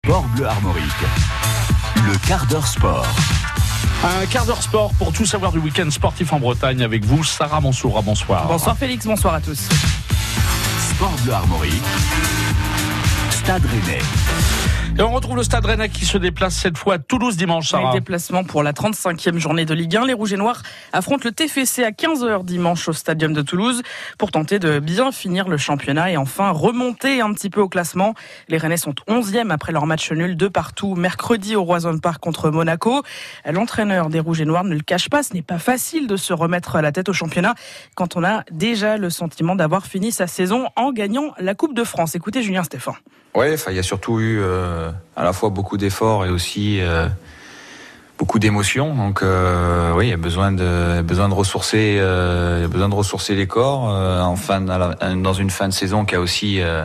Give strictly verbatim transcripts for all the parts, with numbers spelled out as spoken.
Sport Bleu Armorique, le quart d'heure sport. Un quart d'heure sport pour tout savoir du week-end sportif en Bretagne avec vous, Sarah Mansoura, bonsoir. Bonsoir Félix, bonsoir à tous. Sport Bleu Armorique, Stade Rennais. Et on retrouve le Stade Rennais qui se déplace cette fois à Toulouse dimanche, Sarah. Les déplacements pour la trente-cinquième journée de Ligue un. Les Rouges et Noirs affrontent le T F C à quinze heures dimanche au Stadium de Toulouse pour tenter de bien finir le championnat et enfin remonter un petit peu au classement. Les Rennais sont onzième après leur match nul de partout mercredi au Roison Park contre Monaco. L'entraîneur des Rouges et Noirs ne le cache pas, ce n'est pas facile de se remettre à la tête au championnat quand on a déjà le sentiment d'avoir fini sa saison en gagnant la Coupe de France. Écoutez Julien Stéphan. Ouais, enfin, il y a surtout eu euh, à la fois beaucoup d'efforts et aussi euh, beaucoup d'émotions. Donc, euh, oui, il y a besoin de besoin de ressourcer, euh, il y a besoin de ressourcer les corps. Euh, en fin de, dans une fin de saison qui a aussi euh,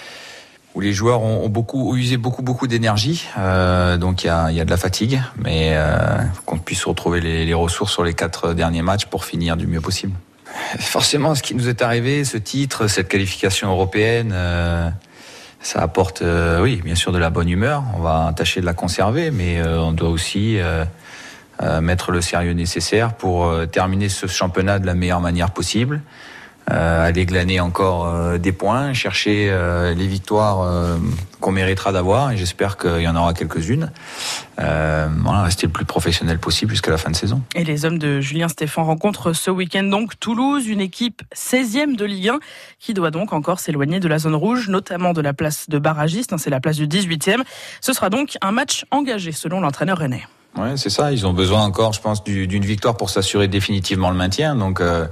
où les joueurs ont, ont beaucoup ont usé beaucoup beaucoup d'énergie. Euh, donc, il y a il y a de la fatigue, mais euh, qu'on puisse retrouver les, les ressources sur les quatre derniers matchs pour finir du mieux possible. Forcément, ce qui nous est arrivé, ce titre, cette qualification européenne. Euh, Ça apporte, euh, oui, bien sûr, de la bonne humeur. On va tâcher de la conserver, mais euh, on doit aussi euh, euh, mettre le sérieux nécessaire pour euh, terminer ce championnat de la meilleure manière possible. Euh, aller glaner encore euh, des points, chercher euh, les victoires euh, qu'on méritera d'avoir, et j'espère qu'il y en aura quelques-unes. Euh, voilà, rester le plus professionnel possible jusqu'à la fin de saison. Et les hommes de Julien Stéphan rencontrent ce week-end donc Toulouse, une équipe seizième de Ligue un qui doit donc encore s'éloigner de la zone rouge, notamment de la place de barragiste, c'est la place du dix-huitième. Ce sera donc un match engagé selon l'entraîneur rennais. Ouais, c'est ça, ils ont besoin encore, je pense, du, d'une victoire pour s'assurer définitivement le maintien, donc... Euh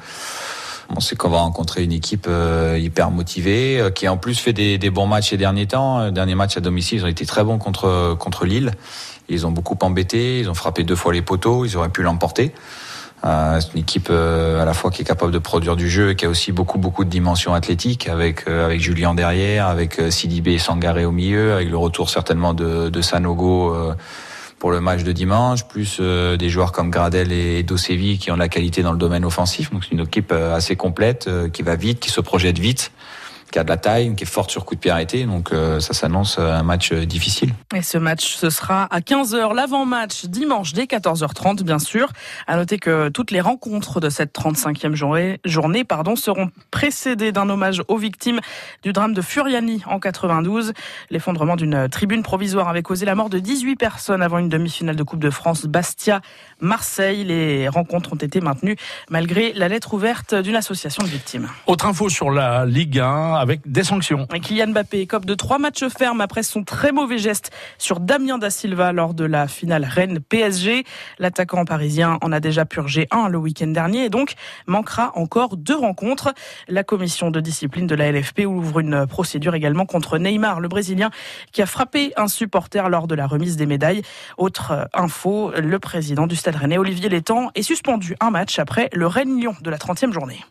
On sait qu'on va rencontrer une équipe euh, hyper motivée, euh, qui a en plus fait des, des bons matchs ces derniers temps. Le dernier match à domicile, ils ont été très bons contre contre Lille. Ils ont beaucoup embêté, ils ont frappé deux fois les poteaux, ils auraient pu l'emporter. Euh, c'est une équipe euh, à la fois qui est capable de produire du jeu et qui a aussi beaucoup beaucoup de dimensions athlétiques avec euh, avec Julien derrière, avec euh, Sidibé et Sangaré au milieu, avec le retour certainement de, de Sanogo euh, pour le match de dimanche, plus euh, des joueurs comme Gradel et Dosevi qui ont de la qualité dans le domaine offensif. Donc c'est une équipe euh, assez complète, euh, qui va vite, qui se projette vite, qui a de la taille, qui est forte sur coup de pied arrêté. Donc euh, ça s'annonce un match euh, difficile. Et ce match, ce sera à quinze heures, l'avant-match dimanche dès quatorze heures trente, bien sûr. À noter que toutes les rencontres de cette trente-cinquième journée, journée pardon, seront précédées d'un hommage aux victimes du drame de Furiani en quatre-vingt-douze. L'effondrement d'une tribune provisoire avait causé la mort de dix-huit personnes avant une demi-finale de Coupe de France Bastia-Marseille. Les rencontres ont été maintenues malgré la lettre ouverte d'une association de victimes. Autre info sur la Ligue un avec des sanctions. Et Kylian Mbappé écope de trois matchs fermes après son très mauvais geste sur Damien Da Silva lors de la finale Rennes-P S G. L'attaquant parisien en a déjà purgé un le week-end dernier et donc manquera encore deux rencontres. La commission de discipline de la L F P ouvre une procédure également contre Neymar, le Brésilien, qui a frappé un supporter lors de la remise des médailles. Autre info, le président du Stade Rennais, Olivier Létang, est suspendu un match après le Rennes-Lyon de la trentième journée.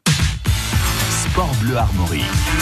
Sport Bleu Armorique.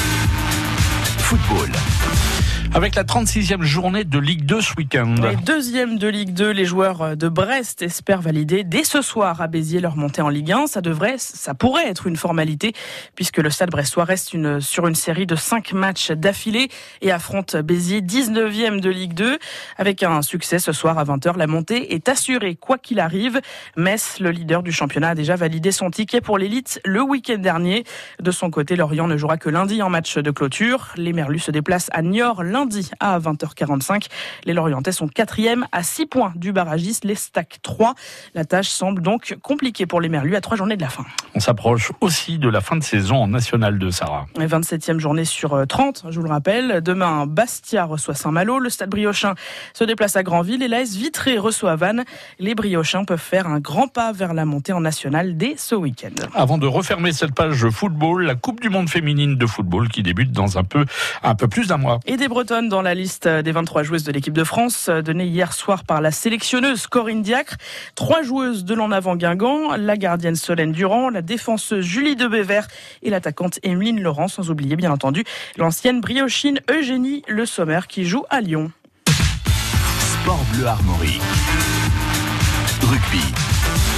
Football. Avec la trente-sixième journée de Ligue deux ce week-end. Les deuxièmes de Ligue deux, les joueurs de Brest espèrent valider dès ce soir à Béziers leur montée en Ligue un. Ça devrait, ça pourrait être une formalité puisque le Stade brestois reste une, sur une série de cinq matchs d'affilée et affronte Béziers, dix-neuvième de Ligue deux. Avec un succès ce soir à vingt heures, la montée est assurée quoi qu'il arrive. Metz, le leader du championnat, a déjà validé son ticket pour l'élite le week-end dernier. De son côté, Lorient ne jouera que lundi en match de clôture. Les Merlus se déplacent à Niort lundi à vingt heures quarante-cinq. Les Lorientais sont quatrième à six points du barragiste, les Stacks trois. La tâche semble donc compliquée pour les Merlus à trois journées de la fin. On s'approche aussi de la fin de saison en National deux, Sarah. vingt-septième journée sur trente, je vous le rappelle. Demain, Bastia reçoit Saint-Malo, le Stade Briochin se déplace à Granville et l'A S Vitré reçoit Vannes. Les Briochins peuvent faire un grand pas vers la montée en National dès ce week-end. Avant de refermer cette page football, la Coupe du Monde féminine de football qui débute dans un peu, un peu plus d'un mois. Et des Bretonnes dans la liste des vingt-trois joueuses de l'équipe de France, donnée hier soir par la sélectionneuse Corinne Diacre. Trois joueuses de l'en avant Guingamp, la gardienne Solène Durand, la défenseuse Julie Debéver et l'attaquante Emeline Laurent, sans oublier bien entendu l'ancienne briochine Eugénie Le Sommer qui joue à Lyon. Sport Bleu Armorique. Rugby.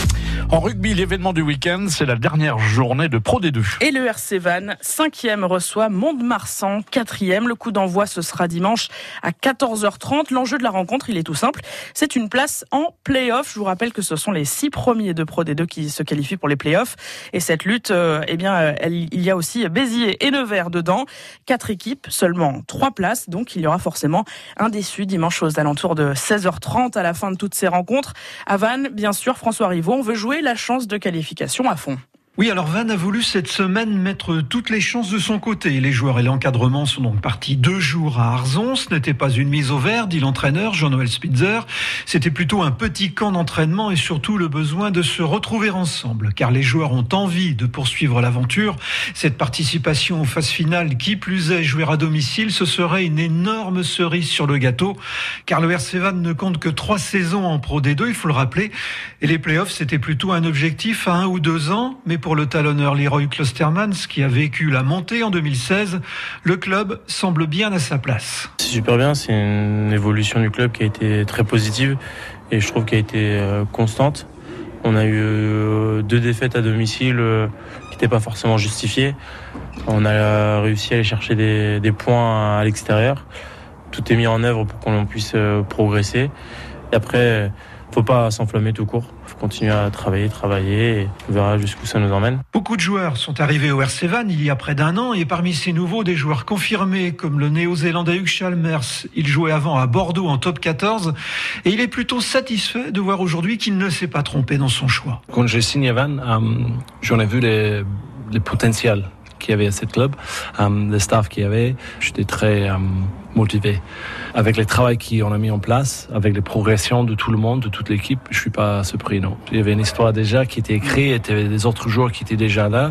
En rugby, l'événement du week-end, c'est la dernière journée de Pro D deux. Et le R C Vannes, cinquième, reçoit Mont-de-Marsan, quatrième. Le coup d'envoi, ce sera dimanche à quatorze heures trente. L'enjeu de la rencontre, il est tout simple. C'est une place en play-off. Je vous rappelle que ce sont les six premiers de Pro D deux qui se qualifient pour les play-offs. Et cette lutte, euh, eh bien, elle, il y a aussi Béziers et Nevers dedans. Quatre équipes, seulement trois places. Donc, il y aura forcément un déçu dimanche aux alentours de seize heures trente à la fin de toutes ces rencontres. À Vannes, bien sûr, François Rivaux, on veut jouer la chance de qualification à fond. Oui, alors Vannes a voulu cette semaine mettre toutes les chances de son côté. Les joueurs et l'encadrement sont donc partis deux jours à Arzon. Ce n'était pas une mise au vert, dit l'entraîneur Jean-Noël Spitzer. C'était plutôt un petit camp d'entraînement et surtout le besoin de se retrouver ensemble. Car les joueurs ont envie de poursuivre l'aventure. Cette participation aux phases finales, qui plus est jouer à domicile, ce serait une énorme cerise sur le gâteau. Car le R C Vannes ne compte que trois saisons en Pro D deux, il faut le rappeler. Et les playoffs, c'était plutôt un objectif à un ou deux ans. Mais pour Pour le talonneur Leroy Klostermans, qui a vécu la montée en deux mille seize, le club semble bien à sa place. C'est super bien, c'est une évolution du club qui a été très positive et je trouve qu'elle a été constante. On a eu deux défaites à domicile qui n'étaient pas forcément justifiées. On a réussi à aller chercher des, des points à l'extérieur. Tout est mis en œuvre pour qu'on puisse progresser. Et après, il ne faut pas s'enflammer tout court. Il faut continuer à travailler, travailler et on verra jusqu'où ça nous emmène. Beaucoup de joueurs sont arrivés au R C Vannes il y a près d'un an et parmi ces nouveaux, des joueurs confirmés comme le néo-zélandais Hugues Chalmers. Il jouait avant à Bordeaux en top quatorze et il est plutôt satisfait de voir aujourd'hui qu'il ne s'est pas trompé dans son choix. Quand j'ai signé à Vannes, euh, j'en ai vu les, les potentiels qu'il y avait à ce club, euh, le staff qu'il y avait. J'étais très euh, motivé. Avec le travail qu'on a mis en place, avec les progressions de tout le monde, de toute l'équipe, je suis pas surpris, non. Il y avait une histoire déjà qui était écrite, il y avait des autres joueurs qui étaient déjà là,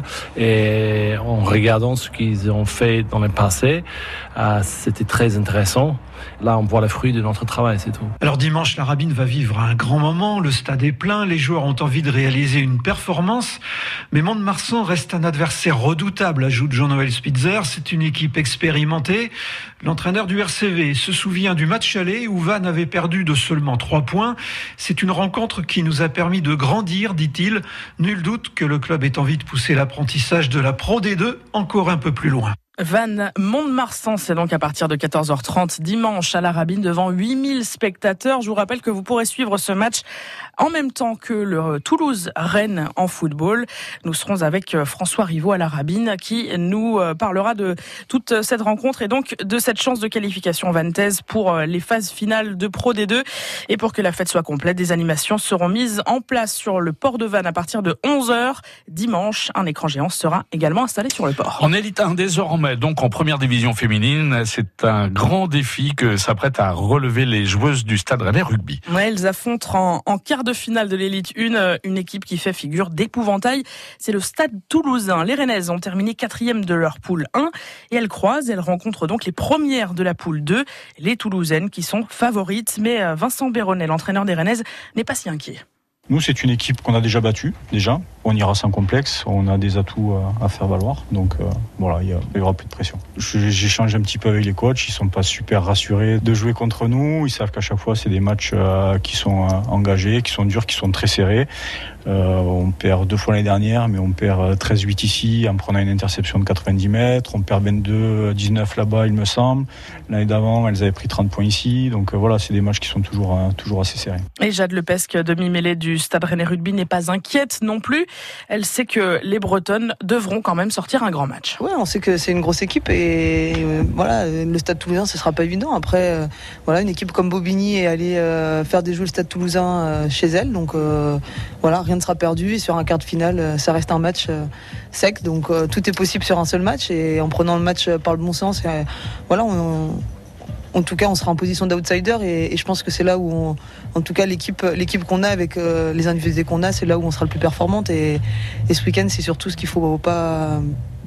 et en regardant ce qu'ils ont fait dans le passé, euh, c'était très intéressant. Là, on voit le fruit de notre travail, c'est tout. Alors dimanche, la Rabine va vivre un grand moment, le stade est plein, les joueurs ont envie de réaliser une performance, mais Mont-de-Marsan reste un adversaire redoutable, ajoute Jean-Noël Spitzer. C'est une équipe expérimentée. L'entraîneur du R C V se souvient du match aller où Vannes avait perdu de seulement trois points. C'est une rencontre qui nous a permis de grandir, dit-il. Nul doute que le club ait envie de pousser l'apprentissage de la Pro D deux encore un peu plus loin. Vannes Mont-de-Marsan, c'est donc à partir de quatorze heures trente dimanche à la Rabine devant huit mille spectateurs. Je vous rappelle que vous pourrez suivre ce match en même temps que le Toulouse-Rennes en football. Nous serons avec François Rivaux à la Rabine qui nous parlera de toute cette rencontre et donc de cette chance de qualification vantaise pour les phases finales de Pro D deux. Et pour que la fête soit complète, des animations seront mises en place sur le port de Vannes à partir de onze heures dimanche. Un écran géant sera également installé sur le port. En élite un désormais, donc en première division féminine, c'est un grand défi que s'apprêtent à relever les joueuses du Stade Rennais Rugby. Ouais, elles affrontent en, en quart de finale de l'élite une, une équipe qui fait figure d'épouvantail. C'est le Stade Toulousain. Les Rennaises ont terminé quatrième de leur poule un et elles croisent, elles rencontrent donc les premières de la poule deux, les Toulousaines qui sont favorites. Mais Vincent Béronnet, l'entraîneur des Rennaises, n'est pas si inquiet. Nous, c'est une équipe qu'on a déjà battue, déjà. On ira sans complexe, on a des atouts à faire valoir. Donc euh, voilà, il n'y aura plus de pression. J'échange un petit peu avec les coachs, ils ne sont pas super rassurés de jouer contre nous. Ils savent qu'à chaque fois, c'est des matchs euh, qui sont euh, engagés, qui sont durs, qui sont très serrés. Euh, on perd deux fois l'année dernière, mais on perd treize huit ici en prenant une interception de quatre-vingt-dix mètres. On perd vingt-deux dix-neuf là-bas, il me semble. L'année d'avant, elles avaient pris trente points ici. Donc euh, voilà, c'est des matchs qui sont toujours, euh, toujours assez serrés. Et Jade Lepesque, demi-mêlée du Stade Rennais Rugby, n'est pas inquiète non plus. Elle sait que les Bretonnes devront quand même sortir un grand match. Ouais, on sait que c'est une grosse équipe et euh, voilà, le Stade Toulousain, ce sera pas évident. Après, euh, voilà, une équipe comme Bobigny est allée euh, faire déjouer le Stade Toulousain euh, chez elle. Donc euh, voilà, rien ne sera perdu. Et sur un quart de finale, euh, ça reste un match euh, sec. Donc euh, tout est possible sur un seul match. Et en prenant le match par le bon sens, et, euh, voilà, on, on En tout cas, on sera en position d'outsider et, et je pense que c'est là où, on, en tout cas, l'équipe, l'équipe qu'on a avec euh, les individualités qu'on a, c'est là où on sera le plus performante. Et, et ce week-end, c'est surtout ce qu'il faut pas,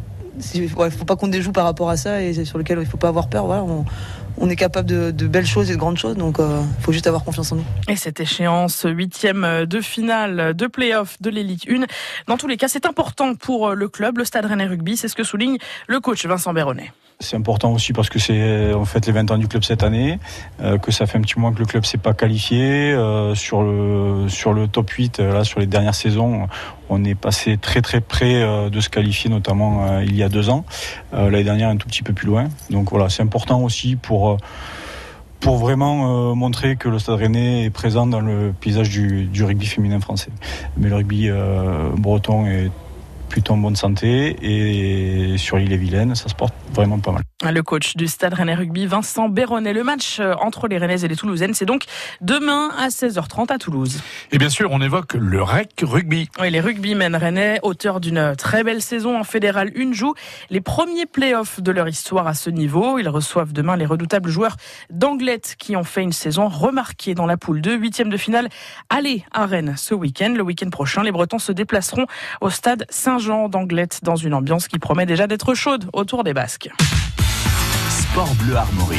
il ouais, faut pas qu'on déjoue par rapport à ça et c'est sur lequel il faut pas avoir peur. Voilà, on, on est capable de, de belles choses et de grandes choses, donc il euh, faut juste avoir confiance en nous. Et cette échéance huitième de finale de play-off de l'élite un, dans tous les cas, c'est important pour le club, le Stade Rennais Rugby. C'est ce que souligne le coach Vincent Béronnet. C'est important aussi parce que c'est en fait les vingt ans du club cette année, euh, que ça fait un petit moment que le club s'est pas qualifié. Euh, sur le sur le top huit, là sur les dernières saisons, on est passé très très près euh, de se qualifier, notamment euh, il y a deux ans. Euh, l'année dernière un tout petit peu plus loin. Donc voilà, c'est important aussi pour pour vraiment euh, montrer que le Stade Rennais est présent dans le paysage du, du rugby féminin français. Mais le rugby euh, breton est plutôt en bonne santé et sur l'Ille-et-Vilaine, ça se porte vraiment pas mal. Le coach du Stade Rennais Rugby, Vincent Béronnet. Le match entre les Rennaises et les Toulousaines, c'est donc demain à seize heures trente à Toulouse. Et bien sûr, on évoque le R E C Rugby. Oui, les rugbymen rennais, auteurs d'une très belle saison en Fédéral un, jouent les premiers play-offs de leur histoire à ce niveau. Ils reçoivent demain les redoutables joueurs d'Anglet qui ont fait une saison remarquée dans la poule deux, huitième de finale. Allez à Rennes ce week-end. Le week-end prochain, les Bretons se déplaceront au stade Saint-Jean d'Anglet dans une ambiance qui promet déjà d'être chaude autour des Basques. Sport Bleu Armorique.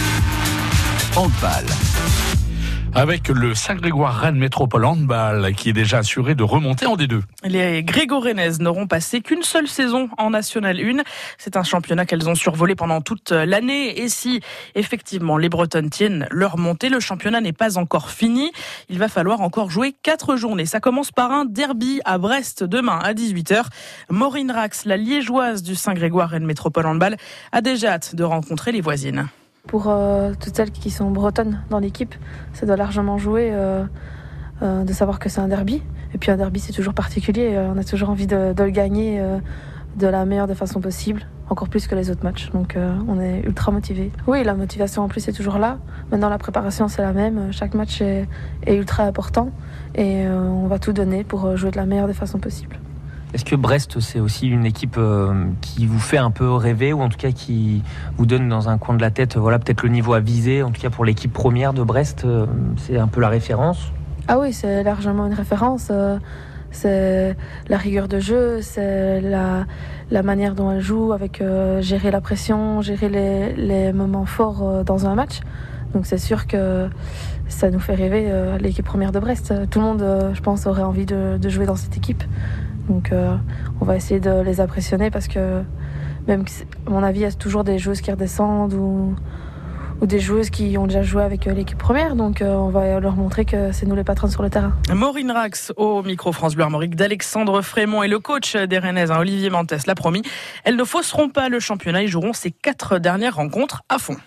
Handball. Avec le Saint-Grégoire Rennes Métropole Handball qui est déjà assuré de remonter en D deux. Les Grégorennaises n'auront passé qu'une seule saison en National un. C'est un championnat qu'elles ont survolé pendant toute l'année. Et si effectivement les Bretonnes tiennent leur montée, le championnat n'est pas encore fini. Il va falloir encore jouer quatre journées. Ça commence par un derby à Brest demain à dix-huit heures. Maureen Rax, la liégeoise du Saint-Grégoire Rennes Métropole Handball, a déjà hâte de rencontrer les voisines. Pour euh, toutes celles qui sont bretonnes dans l'équipe, ça doit largement jouer euh, euh, de savoir que c'est un derby. Et puis un derby, c'est toujours particulier. Euh, on a toujours envie de, de le gagner euh, de la meilleure des façons possibles, encore plus que les autres matchs. Donc euh, on est ultra motivés. Oui, la motivation en plus est toujours là. Maintenant, la préparation, c'est la même. Chaque match est, est ultra important et euh, on va tout donner pour jouer de la meilleure des façons possibles. Est-ce que Brest, c'est aussi une équipe euh, qui vous fait un peu rêver ou en tout cas qui vous donne dans un coin de la tête, voilà, peut-être le niveau à viser, en tout cas pour l'équipe première de Brest, euh, c'est un peu la référence ? Ah oui, c'est largement une référence. Euh, c'est la rigueur de jeu, c'est la, la manière dont elle joue, avec euh, gérer la pression, gérer les, les moments forts euh, dans un match. Donc c'est sûr que ça nous fait rêver, euh, l'équipe première de Brest. Tout le monde, euh, je pense, aurait envie de, de jouer dans cette équipe. Donc euh, on va essayer de les impressionner parce que même, à mon avis, il y a toujours des joueuses qui redescendent ou, ou des joueuses qui ont déjà joué avec l'équipe première. Donc euh, on va leur montrer que c'est nous les patrons sur le terrain. Maureen Rax au micro France Bleu Armorique d'Alexandre Frémont et le coach des Rennaises, hein, Olivier Mantes, l'a promis. Elles ne fausseront pas le championnat, ils joueront ces quatre dernières rencontres à fond.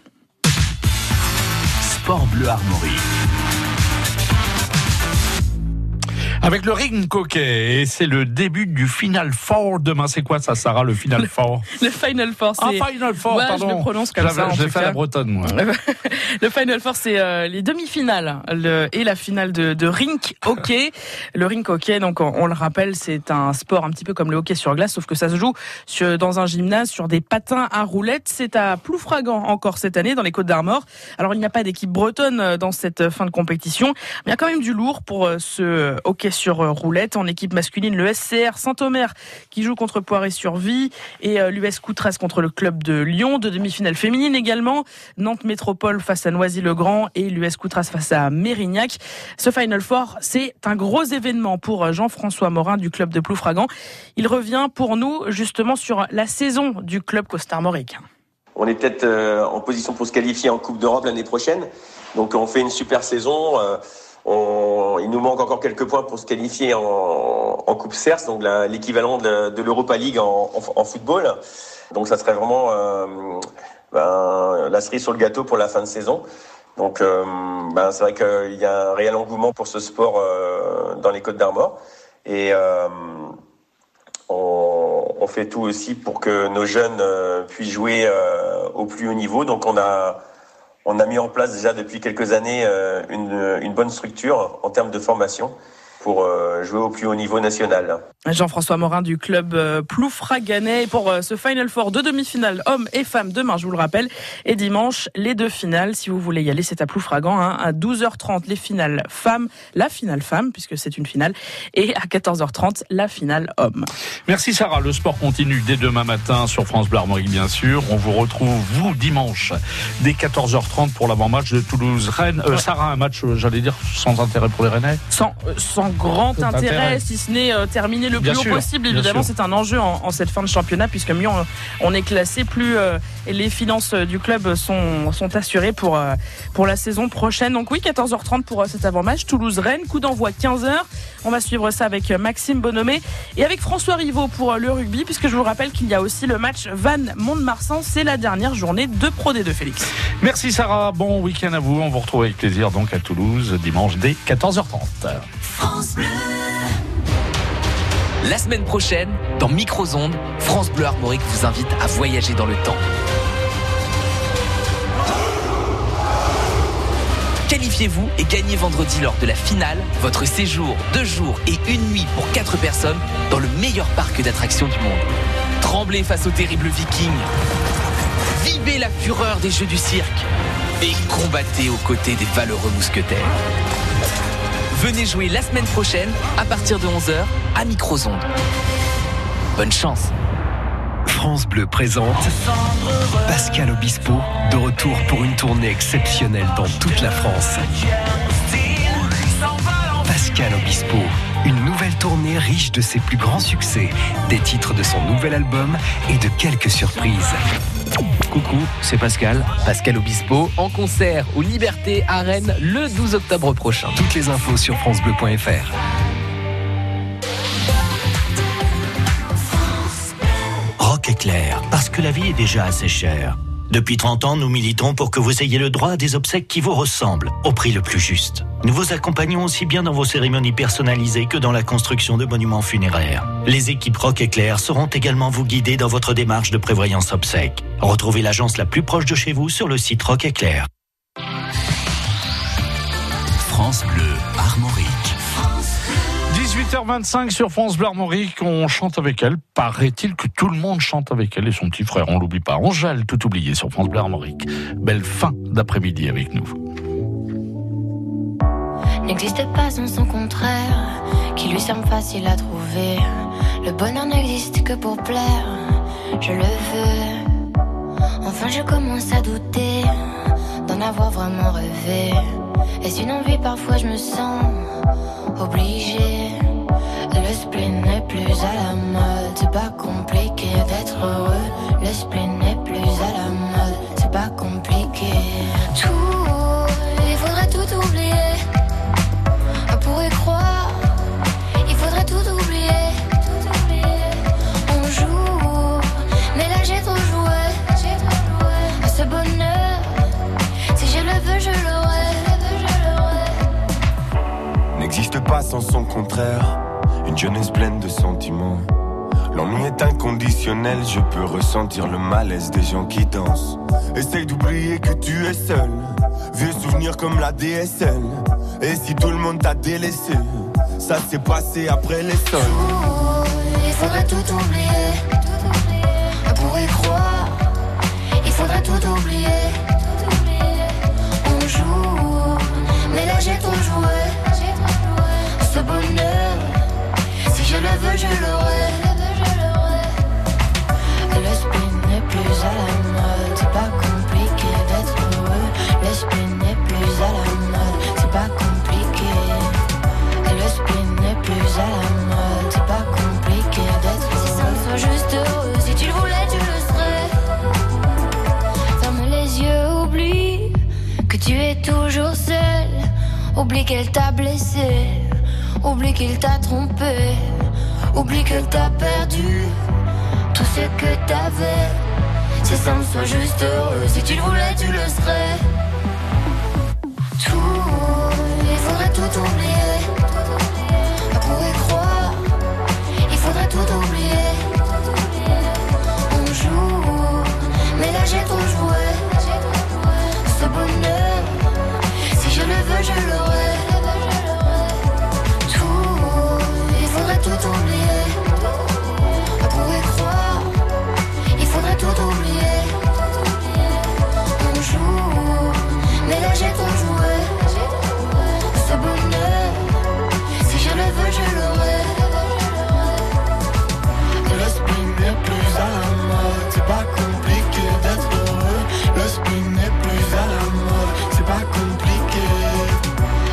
Sport Bleu Armorique. Avec le ring hockey, et c'est le début du Final Four demain. C'est quoi ça, Sarah, le Final Four ? Le Final Four, c'est... Ah, Final Four, ouais, pardon. Je le prononce comme J'avais, ça, en j'ai tout fait cas. la bretonne, moi. Le Final Four, c'est euh, les demi-finales le, et la finale de, de rink hockey. Le rink hockey, donc on, on le rappelle, c'est un sport un petit peu comme le hockey sur glace, sauf que ça se joue sur, dans un gymnase sur des patins à roulettes. C'est à Ploufragan encore cette année, dans les Côtes-d'Armor. Alors, il n'y a pas d'équipe bretonne dans cette fin de compétition, mais il y a quand même du lourd pour ce hockey sur roulettes. En équipe masculine, le S C R Saint-Omer qui joue contre Poiré-sur-Vie et l'U S Coutras contre le club de Lyon. De demi-finale féminine également, Nantes Métropole face à Noisy-le-Grand et l'U S Coutras face à Mérignac. Ce Final Four, c'est un gros événement pour Jean-François Morin du club de Ploufragan. Il revient pour nous justement sur la saison du club costarmorique. On est peut-être euh, en position pour se qualifier en Coupe d'Europe l'année prochaine. Donc on fait une super saison. Euh, On, il nous manque encore quelques points pour se qualifier en, en Coupe C E R S, donc la, l'équivalent de, de l'Europa League en, en, en football. Donc ça serait vraiment euh, ben, la cerise sur le gâteau pour la fin de saison. Donc euh, ben, c'est vrai qu'il y a un réel engouement pour ce sport euh, dans les Côtes-d'Armor. Et euh, on, on fait tout aussi pour que nos jeunes euh, puissent jouer euh, au plus haut niveau. Donc on a... On a mis en place déjà depuis quelques années euh, une, une bonne structure en termes de formation pour euh, jouer au plus haut niveau national. Jean-François Morin du club euh, Ploufraganais pour euh, ce Final Four de demi-finale hommes et femmes demain, je vous le rappelle, et dimanche les deux finales. Si vous voulez y aller, c'est à Ploufragan, hein, à douze heures trente les finales femmes, la finale femme puisque c'est une finale, et à quatorze heures trente la finale hommes. Merci Sarah, le sport continue dès demain matin sur France Bleu Armorique bien sûr. On vous retrouve vous dimanche dès quatorze heures trente pour l'avant-match de Toulouse-Rennes. Euh, ouais. Sarah, un match, euh, j'allais dire, sans intérêt pour les Rennais. Sans, euh, sans grand intérêt, intérêt, si ce n'est euh, terminer le le bien plus sûr, haut possible. Évidemment, c'est un enjeu en, en cette fin de championnat, puisque mieux on, on est classé, plus euh, les finances du club sont, sont assurées pour, euh, pour la saison prochaine. Donc oui, quatorze heures trente pour euh, cet avant-match. Toulouse-Rennes, coup d'envoi quinze heures. On va suivre ça avec Maxime Bonhomé et avec François Rivaud pour euh, le rugby, puisque je vous rappelle qu'il y a aussi le match Vannes-Mont-de-Marsan. C'est la dernière journée de Pro D deux, Félix. Merci Sarah, bon week-end à vous. On vous retrouve avec plaisir donc à Toulouse dimanche dès quatorze heures trente. France Bleu. La semaine prochaine, dans Microzone, France Bleu Armorique vous invite à voyager dans le temps. Qualifiez-vous et gagnez vendredi lors de la finale votre séjour deux jours et une nuit pour quatre personnes dans le meilleur parc d'attractions du monde. Tremblez face aux terribles vikings. Vivez la fureur des jeux du cirque et combattez aux côtés des valeureux mousquetaires. Venez jouer la semaine prochaine à partir de onze heures à Microzone. Bonne chance. France Bleu présente Pascal Obispo, de retour pour une tournée exceptionnelle dans toute la France. Pascal Obispo, une nouvelle tournée riche de ses plus grands succès, des titres de son nouvel album et de quelques surprises. Coucou, c'est Pascal. Pascal Obispo en concert aux Libertés à Rennes le douze octobre prochain. Toutes les infos sur francebleu point f r. Rock Éclair, parce que la vie est déjà assez chère. Depuis trente ans, nous militons pour que vous ayez le droit à des obsèques qui vous ressemblent, au prix le plus juste. Nous vous accompagnons aussi bien dans vos cérémonies personnalisées que dans la construction de monuments funéraires. Les équipes Rock Éclair seront également vous guider dans votre démarche de prévoyance obsèques. Retrouvez l'agence la plus proche de chez vous sur le site Rock Éclair. France Bleu Armorique. dix-huit heures vingt-cinq sur France Bleu Armorique, on chante avec elle. Paraît-il que tout le monde chante avec elle et son petit frère, on l'oublie pas. Angèle, tout oublié sur France Bleu Armorique. Belle fin d'après-midi avec nous. N'existe pas sans son contraire, qui lui semble facile à trouver. Le bonheur n'existe que pour plaire, je le veux. Enfin je commence à douter d'en avoir vraiment rêvé. Est-ce une envie? Parfois je me sens obligée. Le spleen n'est plus à la mode, c'est pas compliqué d'être heureux. Le spleen n'est plus à la mode, c'est pas compliqué. Tout, il faudrait tout oublier. On pourrait croire, il faudrait tout oublier. Tout oublier. On joue, mais là j'ai trop joué. J'ai trop joué. À ce bonheur, si je le veux, je l'aurai. N'existe pas sans son contraire, une jeunesse pleine de sentiments. L'ennui est inconditionnel, je peux ressentir le malaise des gens qui dansent. Essaye d'oublier que tu es seul, vieux souvenirs comme la D S L. Et si tout le monde t'a délaissé, ça s'est passé après les sols. Il faudrait tout oublier, tout oublier. On pourrait croire, il faudrait tout oublier. Tout oublier. On joue, mais là j'ai trop joué. Ce bonheur, si je le veux, je l'aurai. Le spleen n'est plus à la mode, c'est pas compliqué d'être heureux. Le spleen n'est plus à la mode, c'est pas compliqué. Le spleen n'est plus à la mode, c'est pas compliqué d'être heureux. Si ça me soit juste heureux, si tu le voulais, tu le serais. Ferme les yeux, oublie que tu es toujours seul. Oublie qu'elle t'a blessé. Oublie qu'il t'a trompé, oublie que t'as perdu tout ce que t'avais. Si ça me soit juste heureux, si tu le voulais, tu le serais. Tout, il faudrait tout oublier. On pourrait croire, il faudrait tout oublier. On joue, mais là j'ai trop joué. Ce bonheur, si je le veux, je l'aurai. Tout oublier, on pourrait croire, il faudrait tout oublier. On joue, mais là j'ai trop joué. Ce bonheur, si je le veux, je l'aurai. Le spleen n'est plus à la mode, c'est pas compliqué d'être heureux. Le spleen n'est plus à la mode, c'est pas compliqué.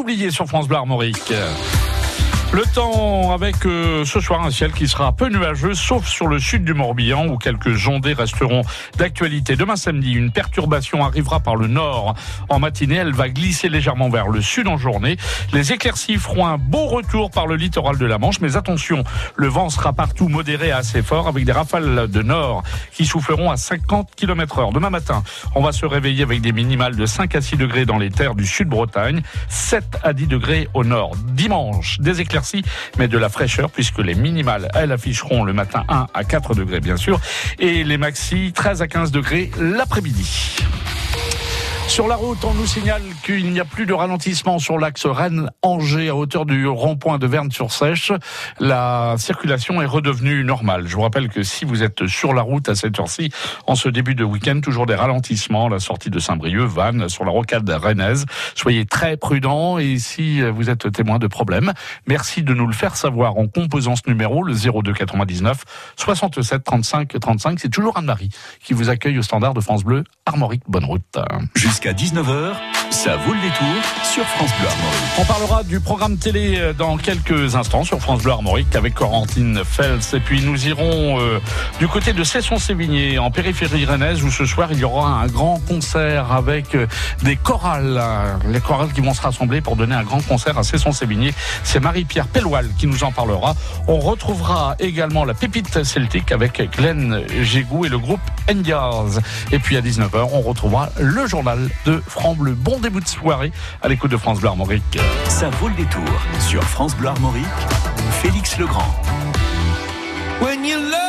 oublié sur France Bleu Armorique. Le temps avec euh, ce soir un ciel qui sera peu nuageux, sauf sur le sud du Morbihan où quelques ondées resteront d'actualité. Demain samedi, une perturbation arrivera par le nord en matinée. Elle va glisser légèrement vers le sud en journée. Les éclaircies feront un beau retour par le littoral de la Manche. Mais attention, le vent sera partout modéré à assez fort avec des rafales de nord qui souffleront à cinquante kilomètres heure. Demain matin, on va se réveiller avec des minimales de cinq à six degrés dans les terres du sud-Bretagne, sept à dix degrés au nord. Dimanche, des éclaircies mais de la fraîcheur puisque les minimales, elles afficheront le matin un à quatre degrés bien sûr et les maxi treize à quinze degrés l'après-midi. Sur la route, on nous signale qu'il n'y a plus de ralentissement sur l'axe Rennes-Angers à hauteur du rond-point de Verne-sur-Sèche. La circulation est redevenue normale. Je vous rappelle que si vous êtes sur la route à cette heure-ci, en ce début de week-end, toujours des ralentissements, la sortie de Saint-Brieuc, Vannes, sur la rocade rennaise. Soyez très prudents et si vous êtes témoin de problèmes, merci de nous le faire savoir en composant ce numéro, le zéro deux quatre-vingt-dix-neuf soixante-sept trente-cinq trente-cinq. C'est toujours Anne-Marie qui vous accueille au standard de France Bleu Armorique. Bonne route. Jusqu'à dix-neuf heures, ça vaut le détour sur France Bleu Armorique. On parlera du programme télé dans quelques instants sur France Bleu Armorique avec Corentine Fels. Et puis nous irons euh, du côté de Cesson-Sévigné, en périphérie rennaise, où ce soir il y aura un grand concert avec euh, des chorales. Les chorales qui vont se rassembler pour donner un grand concert à Cesson-Sévigné. C'est Marie-Pierre Pelloual qui nous en parlera. On retrouvera également la pépite celtique avec Glenn Gégou et le groupe Endiars. Et puis à dix-neuf heures, on retrouvera le journal de France Bleu. Bon début de soirée à l'écoute de France Bleu Armorique. Ça vaut le détour sur France Bleu Armorique. Félix Legrand. When you love